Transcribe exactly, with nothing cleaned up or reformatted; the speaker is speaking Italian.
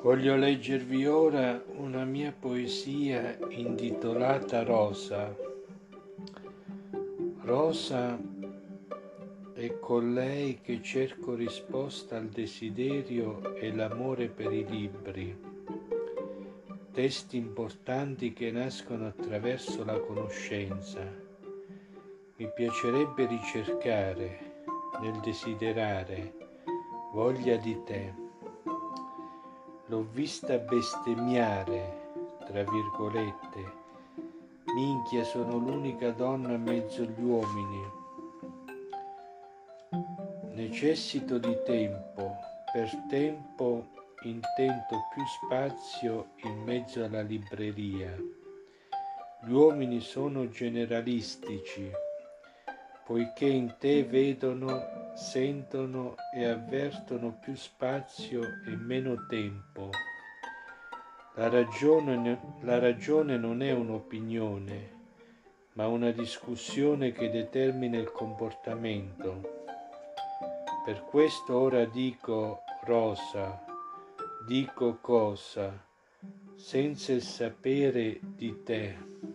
Voglio leggervi ora una mia poesia intitolata Rosa. Rosa è colei che cerco risposta al desiderio e l'amore per i libri, testi importanti che nascono attraverso la conoscenza. Mi piacerebbe ricercare, nel desiderare, voglia di te. L'ho vista bestemmiare, tra virgolette, minchia sono l'unica donna in mezzo agli uomini. Necessito di tempo, per tempo intendo più spazio in mezzo alla libreria. Gli uomini sono generalistici, poiché in te vedono, sentono e avvertono più spazio e meno tempo. La ragione, la ragione non è un'opinione, ma una discussione che determina il comportamento. Per questo ora dico Rosa, dico cosa, senza il sapere di te.